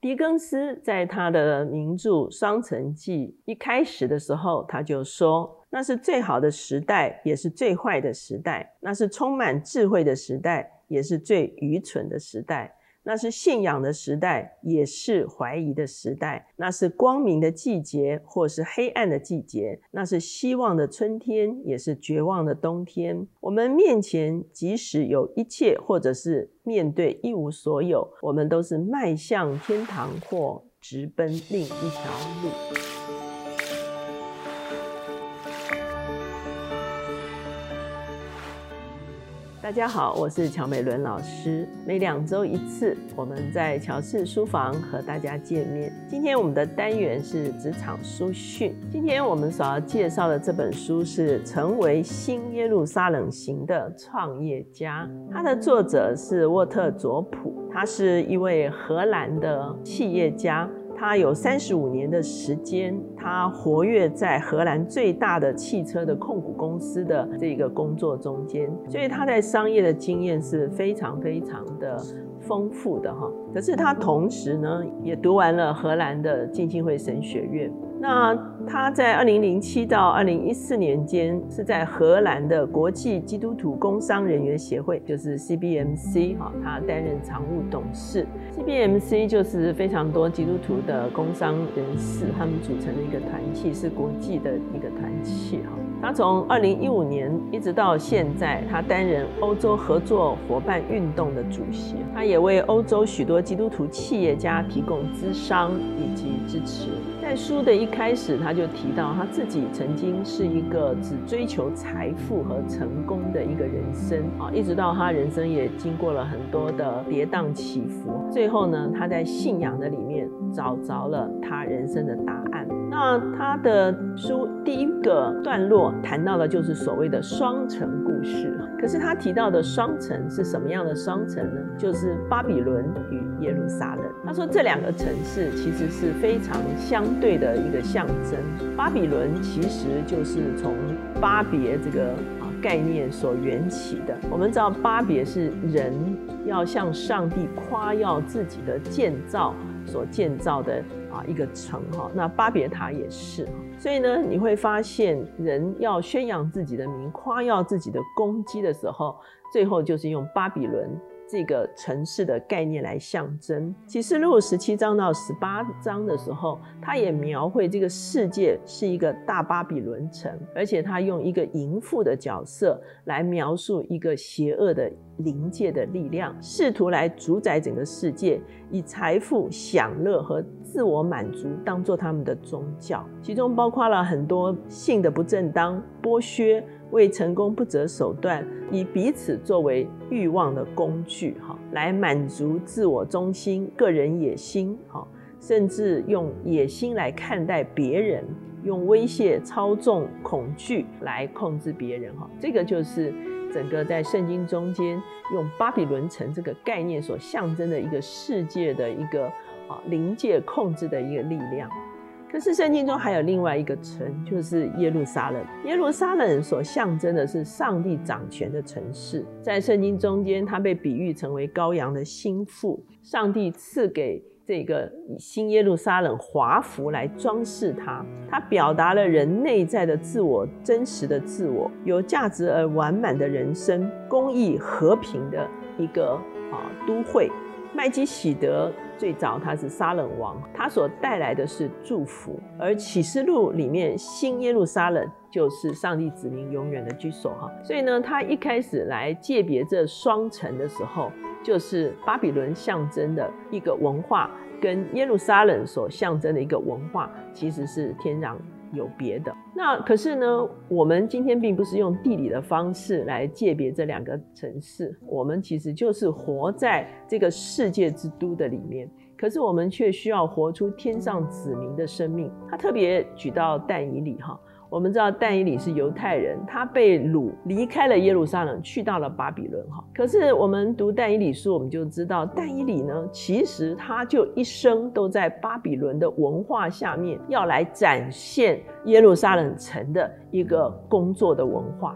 狄更斯在他的名著《双城记》一开始的时候，他就说，那是最好的时代，也是最坏的时代，那是充满智慧的时代，也是最愚蠢的时代，那是信仰的时代，也是怀疑的时代，那是光明的季节，或是黑暗的季节，那是希望的春天，也是绝望的冬天。我们面前即使有一切，或者是面对一无所有，我们都是迈向天堂或直奔另一条路。大家好，我是乔美伦老师。每2周一次，我们在乔氏书房和大家见面。今天我们的单元是职场书讯。今天我们所要介绍的这本书是《成为新耶路撒冷型的创业家》，它的作者是沃特佐普，他是一位荷兰的企业家。他有35年的时间，他活跃在荷兰最大的汽车的控股公司的这个工作中间，所以他在商业的经验是非常非常的丰富的哈。可是他同时呢，也读完了荷兰的浸信会神学院。那他在2007到2014年间是在荷兰的国际基督徒工商人员协会，就是 CBMC， 他担任常务董事。CBMC 就是非常多基督徒的工商人士他们组成的一个团契，是国际的一个团契。他从2015年一直到现在，他担任欧洲合作伙伴运动的主席，他也为欧洲许多基督徒企业家提供咨商以及支持。在书的一开始，他就提到他自己曾经是一个只追求财富和成功的一个人生，一直到他人生也经过了很多的跌宕起伏，最后呢，他在信仰的里面找着了他人生的答案。那他的书第一个段落谈到的就是所谓的双城故事，可是他提到的双城是什么样的双城呢？就是巴比伦与耶路撒冷。他说这2个城市其实是非常相对的一个象征。巴比伦其实就是从巴别这个概念所缘起的。我们知道巴别是人要向上帝夸耀自己的建造所建造的一个城，那巴别塔也是。所以呢，你会发现人要宣扬自己的名，夸耀自己的功绩的时候，最后就是用巴比伦这个城市的概念来象征。启示录17章到18章的时候，他也描绘这个世界是一个大巴比伦城，而且他用一个淫妇的角色来描述一个邪恶的灵界的力量，试图来主宰整个世界，以财富、享乐和自我满足当作他们的宗教，其中包括了很多性的不正当、剥削、为成功不择手段，以彼此作为欲望的工具，来满足自我中心、个人野心，甚至用野心来看待别人，用威胁、操纵、恐惧来控制别人。这个就是整个在圣经中间用巴比伦城这个概念所象征的一个世界的一个灵界控制的一个力量。可是圣经中还有另外一个城，就是耶路撒冷。耶路撒冷所象征的是上帝掌权的城市，在圣经中间它被比喻成为羔羊的新妇，上帝赐给这个新耶路撒冷华服来装饰它，它表达了人内在的自我，真实的自我，有价值而完满的人生，公义和平的一个都会。麦基洗德最早他是撒冷王，他所带来的是祝福，而启示录里面新耶路撒冷就是上帝子民永远的居所。所以呢，他一开始来界别这双城的时候，就是巴比伦象征的一个文化跟耶路撒冷所象征的一个文化其实是天壤有别的。那可是呢，我们今天并不是用地理的方式来界别这2个城市，我们其实就是活在这个世界之都的里面，可是我们却需要活出天上子民的生命。他特别举到但以理，我们知道但以理是犹太人，他被掳离开了耶路撒冷，去到了巴比伦。可是我们读但以理书，我们就知道但以理呢，其实他就一生都在巴比伦的文化下面，要来展现耶路撒冷城的一个工作的文化。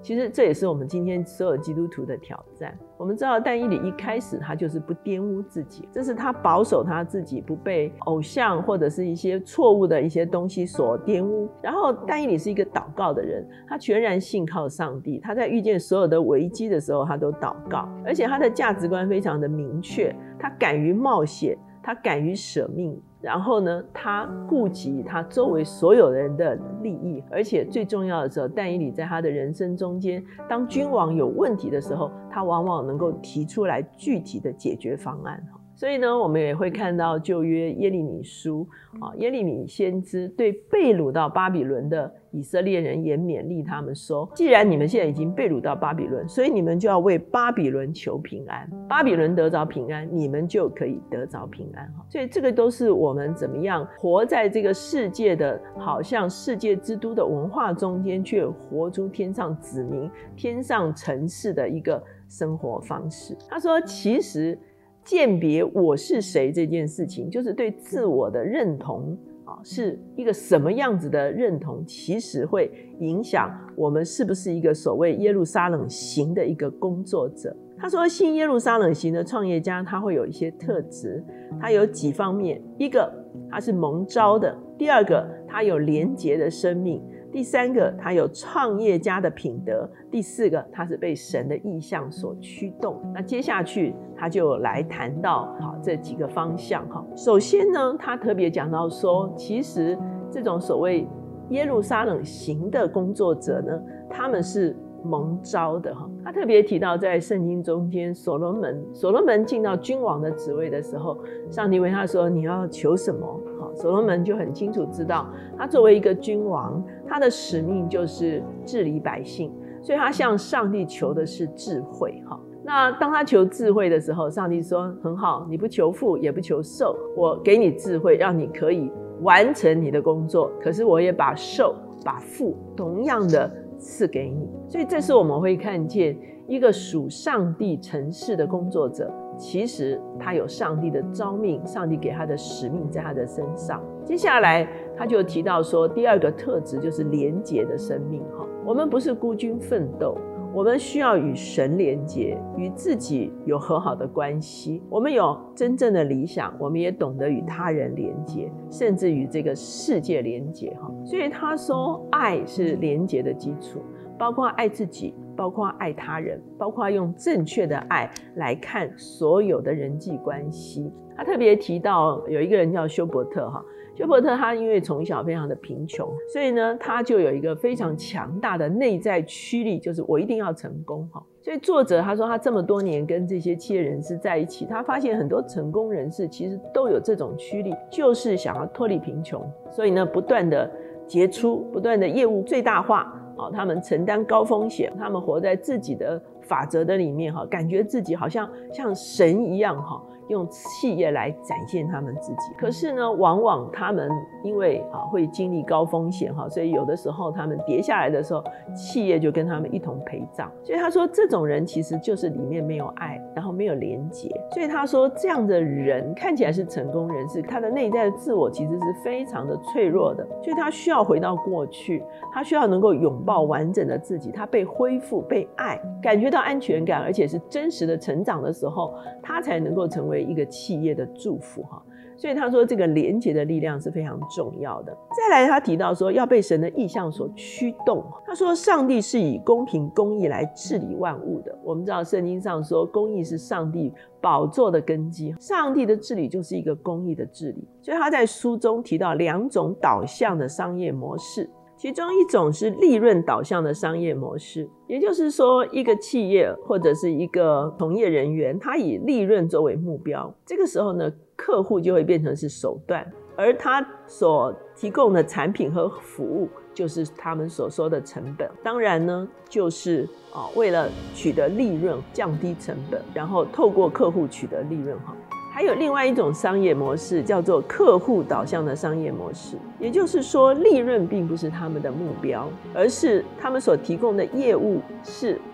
其实这也是我们今天所有基督徒的挑战。我们知道但以理一开始他就是不玷污自己，这是他保守他自己不被偶像或者是一些错误的一些东西所玷污。然后但以理是一个祷告的人，他全然信靠上帝，他在遇见所有的危机的时候他都祷告，而且他的价值观非常的明确，他敢于冒险，他敢于舍命，然后呢他顾及他周围所有人的利益，而且最重要的时候，但以理在他的人生中间，当君王有问题的时候，他往往能够提出来具体的解决方案。所以呢我们也会看到旧约耶利米书，耶利米先知对被掳到巴比伦的以色列人也勉励他们说，既然你们现在已经被掳到巴比伦，所以你们就要为巴比伦求平安，巴比伦得着平安，你们就可以得着平安。所以这个都是我们怎么样活在这个世界的好像世界之都的文化中间，却活出天上子民天上城市的一个生活方式。他说其实鉴别我是谁这件事情，就是对自我的认同是一个什么样子的认同，其实会影响我们是不是一个所谓耶路撒冷型的一个工作者。他说新耶路撒冷型的创业家他会有一些特质，他有几方面，一个他是蒙召的，第二个他有连结的生命，第三个他有创业家的品德，第四个他是被神的意象所驱动。那接下去他就来谈到这几个方向。首先呢他特别讲到说，其实这种所谓耶路撒冷型的工作者呢，他们是蒙召的。他特别提到在圣经中间，所罗门进到君王的职位的时候，上帝问他说你要求什么，所罗门就很清楚知道他作为一个君王，他的使命就是治理百姓，所以他向上帝求的是智慧。那当他求智慧的时候，上帝说很好，你不求富也不求寿，我给你智慧让你可以完成你的工作，可是我也把寿把富同样的赐给你。所以这是我们会看见一个属上帝城市的工作者，其实他有上帝的召命，上帝给他的使命在他的身上。接下来他就提到说，第二个特质就是连结的生命。我们不是孤军奋斗，我们需要与神连结，与自己有和好的关系，我们有真正的理想，我们也懂得与他人连结，甚至与这个世界连结。所以他说爱是连结的基础，包括爱自己，包括爱他人，包括用正确的爱来看所有的人际关系。他特别提到有一个人叫休伯特，休伯特他因为从小非常的贫穷，所以呢他就有一个非常强大的内在驱力，就是我一定要成功。所以作者他说他这么多年跟这些企业人士在一起，他发现很多成功人士其实都有这种驱力，就是想要脱离贫穷，所以呢不断的杰出，不断的业务最大化，他们承担高风险，他们活在自己的法则的里面，感觉自己好像神一样，用企业来展现他们自己。可是呢往往他们因为会经历高风险，所以有的时候他们跌下来的时候，企业就跟他们一同陪葬。所以他说这种人其实就是里面没有爱，然后没有连结。所以他说这样的人看起来是成功人士，他的内在的自我其实是非常的脆弱的，所以他需要回到过去，他需要能够拥抱完整的自己，他被恢复，被爱，感觉到安全感，而且是真实的成长的时候，他才能够成为一个企业的祝福。所以他说这个连结的力量是非常重要的。再来他提到说要被神的意象所驱动，他说上帝是以公平公义来治理万物的。我们知道圣经上说公义是上帝宝座的根基，上帝的治理就是一个公义的治理。所以他在书中提到两种导向的商业模式，其中一种是利润导向的商业模式，也就是说一个企业或者是一个从业人员，他以利润作为目标，这个时候呢客户就会变成是手段，而他所提供的产品和服务就是他们所说的成本。当然呢就是为了取得利润降低成本，然后透过客户取得利润。还有另外一种商业模式叫做客户导向的商业模式，也就是说利润并不是他们的目标，而是他们所提供的业务是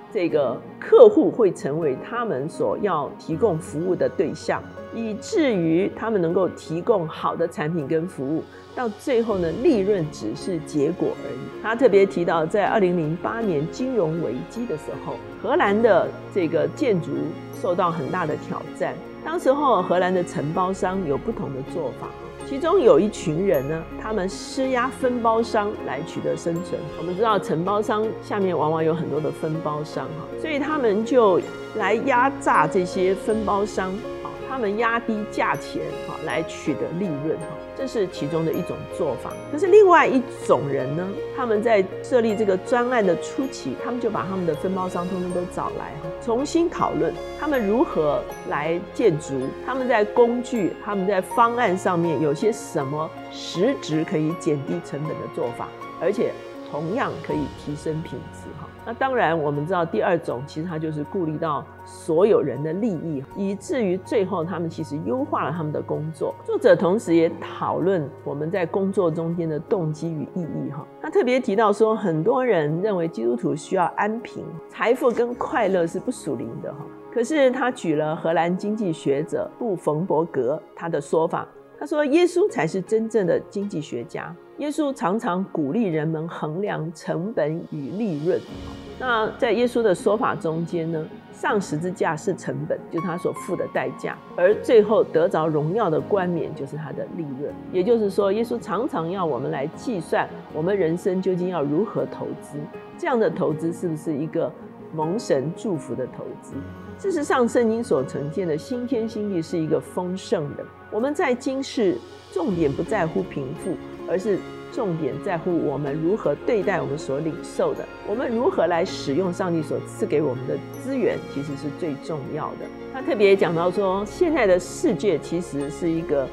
这个客户会成为他们所要提供服务的对象，以至于他们能够提供好的产品跟服务，到最后呢，利润只是结果而已。他特别提到，在2008年金融危机的时候，荷兰的这个建筑受到很大的挑战。当时候荷兰的承包商有不同的做法，其中有一群人呢，他们施压分包商来取得生存。我们知道承包商下面往往有很多的分包商，所以他们就来压榨这些分包商，他们压低价钱来取得利润，这是其中的一种做法。可是另外一种人呢，他们在设立这个专案的初期，他们就把他们的分包商通通都找来，重新讨论他们如何来建筑，他们在工具、他们在方案上面有些什么实质可以减低成本的做法，而且同样可以提升品质。那当然我们知道第二种其实它就是顾虑到所有人的利益，以至于最后他们其实优化了他们的工作。作者同时也讨论我们在工作中间的动机与意义。他特别提到说，很多人认为基督徒需要安平，财富跟快乐是不属灵的。可是他举了荷兰经济学者布冯伯格他的说法，他说耶稣才是真正的经济学家。耶稣常常鼓励人们衡量成本与利润。那在耶稣的说法中间呢，上十字架是成本，就是他所付的代价，而最后得着荣耀的冠冕就是他的利润。也就是说，耶稣常常要我们来计算我们人生究竟要如何投资，这样的投资是不是一个蒙神祝福的投资。事实上，圣经所呈现的新天新地是一个丰盛的。我们在今世重点不在乎贫富，而是重点在乎我们如何对待我们所领受的，我们如何来使用上帝所赐给我们的资源，其实是最重要的。他特别讲到说，现在的世界其实是一个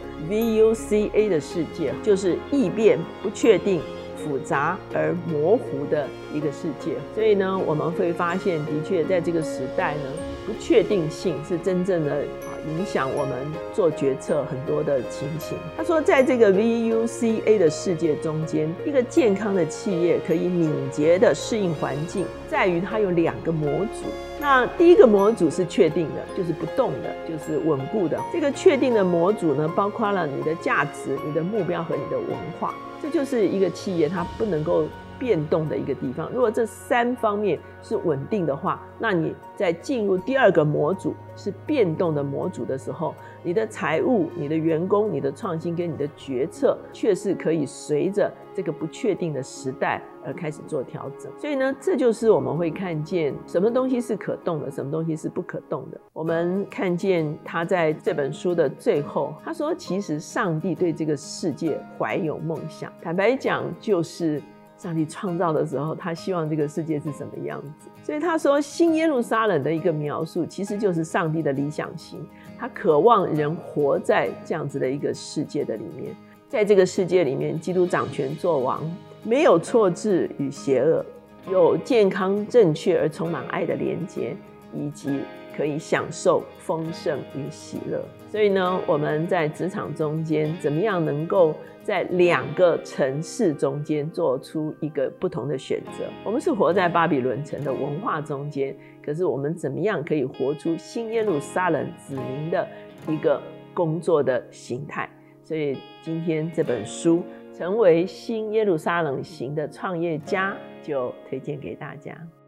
VUCA 的世界，就是易变、不确定、复杂而模糊的一个世界。所以呢，我们会发现的确在这个时代呢，不确定性是真正的影响我们做决策很多的情形。他说，在这个 VUCA 的世界中间，一个健康的企业可以敏捷的适应环境，在于它有2个模组。那第一个模组是确定的，就是不动的，就是稳固的。这个确定的模组呢，包括了你的价值、你的目标和你的文化。这就是一个企业它不能够变动的一个地方。如果这3方面是稳定的话，那你在进入第2个模组是变动的模组的时候，你的财务、你的员工、你的创新跟你的决策确实可以随着这个不确定的时代而开始做调整。所以呢，这就是我们会看见什么东西是可动的，什么东西是不可动的。我们看见他在这本书的最后，他说其实上帝对这个世界怀有梦想。坦白讲，就是上帝创造的时候，他希望这个世界是什么样子。所以他说，新耶路撒冷的一个描述其实就是上帝的理想型，他渴望人活在这样子的一个世界的里面。在这个世界里面，基督掌权作王，没有错置与邪恶，有健康正确而充满爱的连结，以及可以享受丰盛与喜乐。所以呢，我们在职场中间怎么样能够在2个城市中间做出一个不同的选择？我们是活在巴比伦城的文化中间，可是我们怎么样可以活出新耶路撒冷子民的一个工作的形态？所以今天这本书成为新耶路撒冷型的创业家，就推荐给大家。